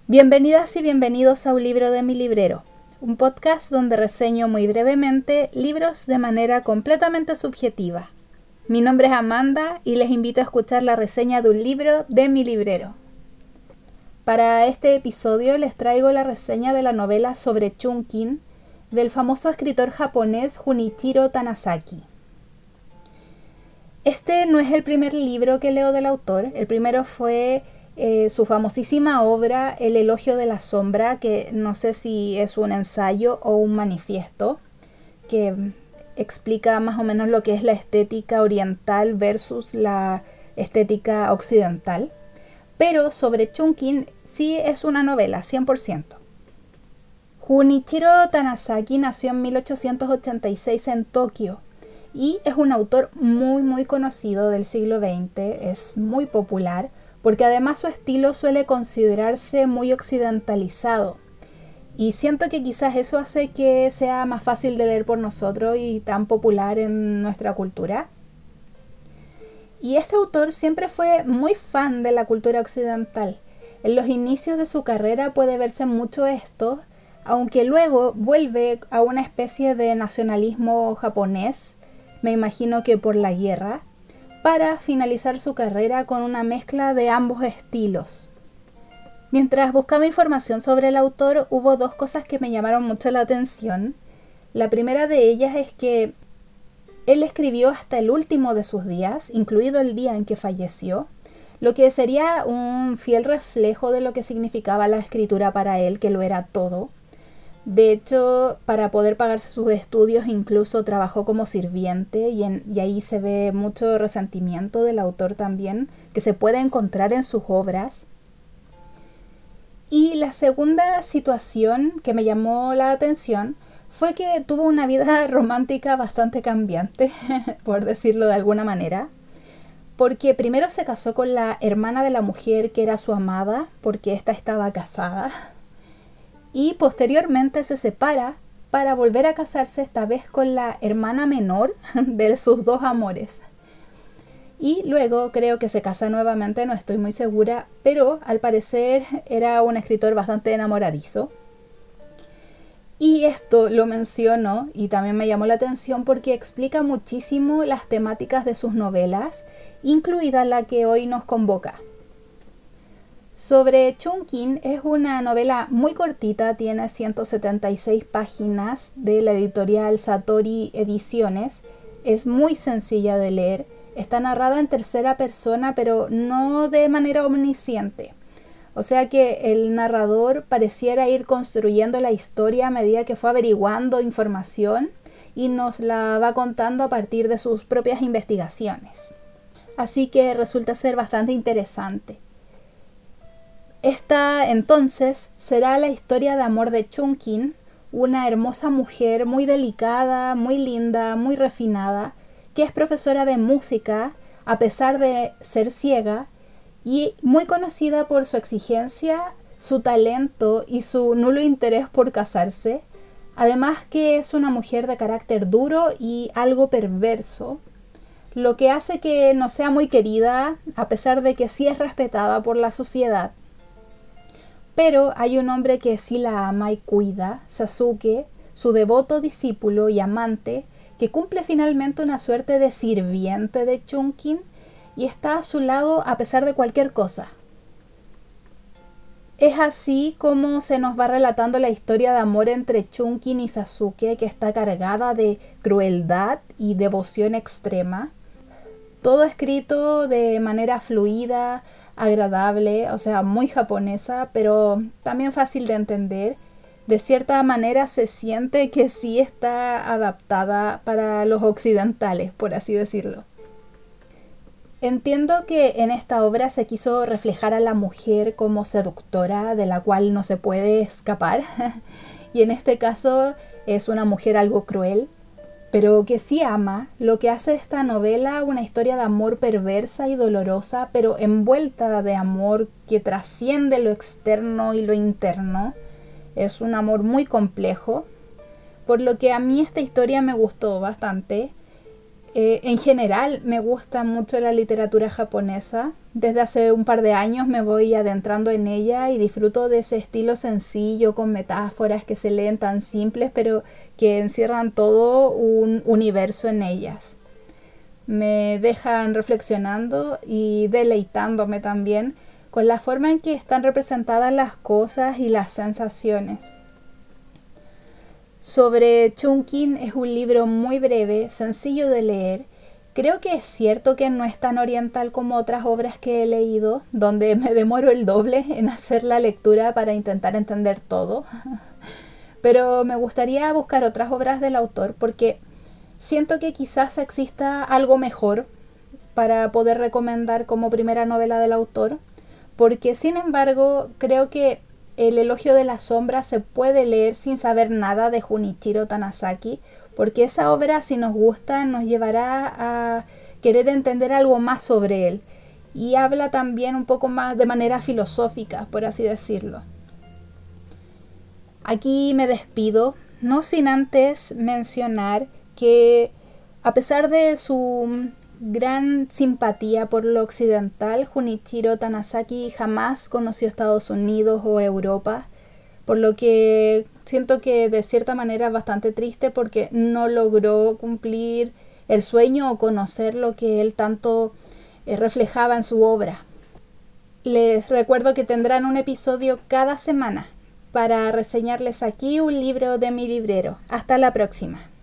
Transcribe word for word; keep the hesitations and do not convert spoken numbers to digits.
Bienvenidas y bienvenidos a Un Libro de mi Librero, un podcast donde reseño muy brevemente libros de manera completamente subjetiva. Mi nombre es Amanda y les invito a escuchar la reseña de un libro de mi librero. Para este episodio les traigo la reseña de la novela sobre Chungkin del famoso escritor japonés Junichiro Tanizaki. Este no es el primer libro que leo del autor. El primero fue eh, su famosísima obra El elogio de la sombra, que no sé si es un ensayo o un manifiesto, que explica más o menos lo que es la estética oriental versus la estética occidental. Pero sobre Chungkin sí es una novela, cien por ciento. Junichiro Tanizaki nació en mil ochocientos ochenta y seis en Tokio y es un autor muy muy conocido del siglo veinte, es muy popular porque además su estilo suele considerarse muy occidentalizado y siento que quizás eso hace que sea más fácil de leer por nosotros y tan popular en nuestra cultura. Y este autor siempre fue muy fan de la cultura occidental. En los inicios de su carrera puede verse mucho esto, aunque luego vuelve a una especie de nacionalismo japonés, me imagino que por la guerra, para finalizar su carrera con una mezcla de ambos estilos. Mientras buscaba información sobre el autor, hubo dos cosas que me llamaron mucho la atención. La primera de ellas es que él escribió hasta el último de sus días, incluido el día en que falleció, lo que sería un fiel reflejo de lo que significaba la escritura para él, que lo era todo. De hecho, para poder pagarse sus estudios incluso trabajó como sirviente y, en, y ahí se ve mucho resentimiento del autor también, que se puede encontrar en sus obras. Y la segunda situación que me llamó la atención fue que tuvo una vida romántica bastante cambiante, por decirlo de alguna manera, porque primero se casó con la hermana de la mujer que era su amada, porque ésta estaba casada, y posteriormente se separa para volver a casarse esta vez con la hermana menor de sus dos amores. Y luego creo que se casa nuevamente, no estoy muy segura, pero al parecer era un escritor bastante enamoradizo. Y esto lo menciono y también me llamó la atención porque explica muchísimo las temáticas de sus novelas, incluida la que hoy nos convoca. Sobre Chungkin es una novela muy cortita, tiene ciento setenta y seis páginas de la editorial Satori Ediciones, es muy sencilla de leer, está narrada en tercera persona pero no de manera omnisciente. O sea que el narrador pareciera ir construyendo la historia a medida que fue averiguando información y nos la va contando a partir de sus propias investigaciones. Así que resulta ser bastante interesante. Esta entonces será la historia de amor de Chungkin, una hermosa mujer muy delicada, muy linda, muy refinada, que es profesora de música a pesar de ser ciega, y muy conocida por su exigencia, su talento y su nulo interés por casarse, además que es una mujer de carácter duro y algo perverso, lo que hace que no sea muy querida, a pesar de que sí es respetada por la sociedad. Pero hay un hombre que sí la ama y cuida, Sasuke, su devoto discípulo y amante, que cumple finalmente una suerte de sirviente de Chungkin, y está a su lado a pesar de cualquier cosa. Es así como se nos va relatando la historia de amor entre Chungkin y Sasuke, que está cargada de crueldad y devoción extrema. Todo escrito de manera fluida, agradable, o sea, muy japonesa, pero también fácil de entender. De cierta manera se siente que sí está adaptada para los occidentales, por así decirlo. Entiendo que en esta obra se quiso reflejar a la mujer como seductora de la cual no se puede escapar y en este caso es una mujer algo cruel, pero que sí ama, lo que hace esta novela una historia de amor perversa y dolorosa, pero envuelta de amor que trasciende lo externo y lo interno. Es un amor muy complejo, por lo que a mí esta historia me gustó bastante. Eh, en general me gusta mucho la literatura japonesa. Desde hace un par de años me voy adentrando en ella y disfruto de ese estilo sencillo con metáforas que se leen tan simples pero que encierran todo un universo en ellas. Me dejan reflexionando y deleitándome también con la forma en que están representadas las cosas y las sensaciones. Sobre Chungking es un libro muy breve, sencillo de leer. Creo que es cierto que no es tan oriental como otras obras que he leído, donde me demoro el doble en hacer la lectura para intentar entender todo. Pero me gustaría buscar otras obras del autor porque siento que quizás exista algo mejor para poder recomendar como primera novela del autor, porque sin embargo creo que El elogio de la sombra se puede leer sin saber nada de Junichiro Tanizaki, porque esa obra, si nos gusta, nos llevará a querer entender algo más sobre él, y habla también un poco más de manera filosófica, por así decirlo. Aquí me despido, no sin antes mencionar que a pesar de su gran simpatía por lo occidental, Junichiro Tanizaki jamás conoció Estados Unidos o Europa, por lo que siento que de cierta manera es bastante triste porque no logró cumplir el sueño o conocer lo que él tanto eh, reflejaba en su obra. Les recuerdo que tendrán un episodio cada semana para reseñarles aquí un libro de mi librero. Hasta la próxima.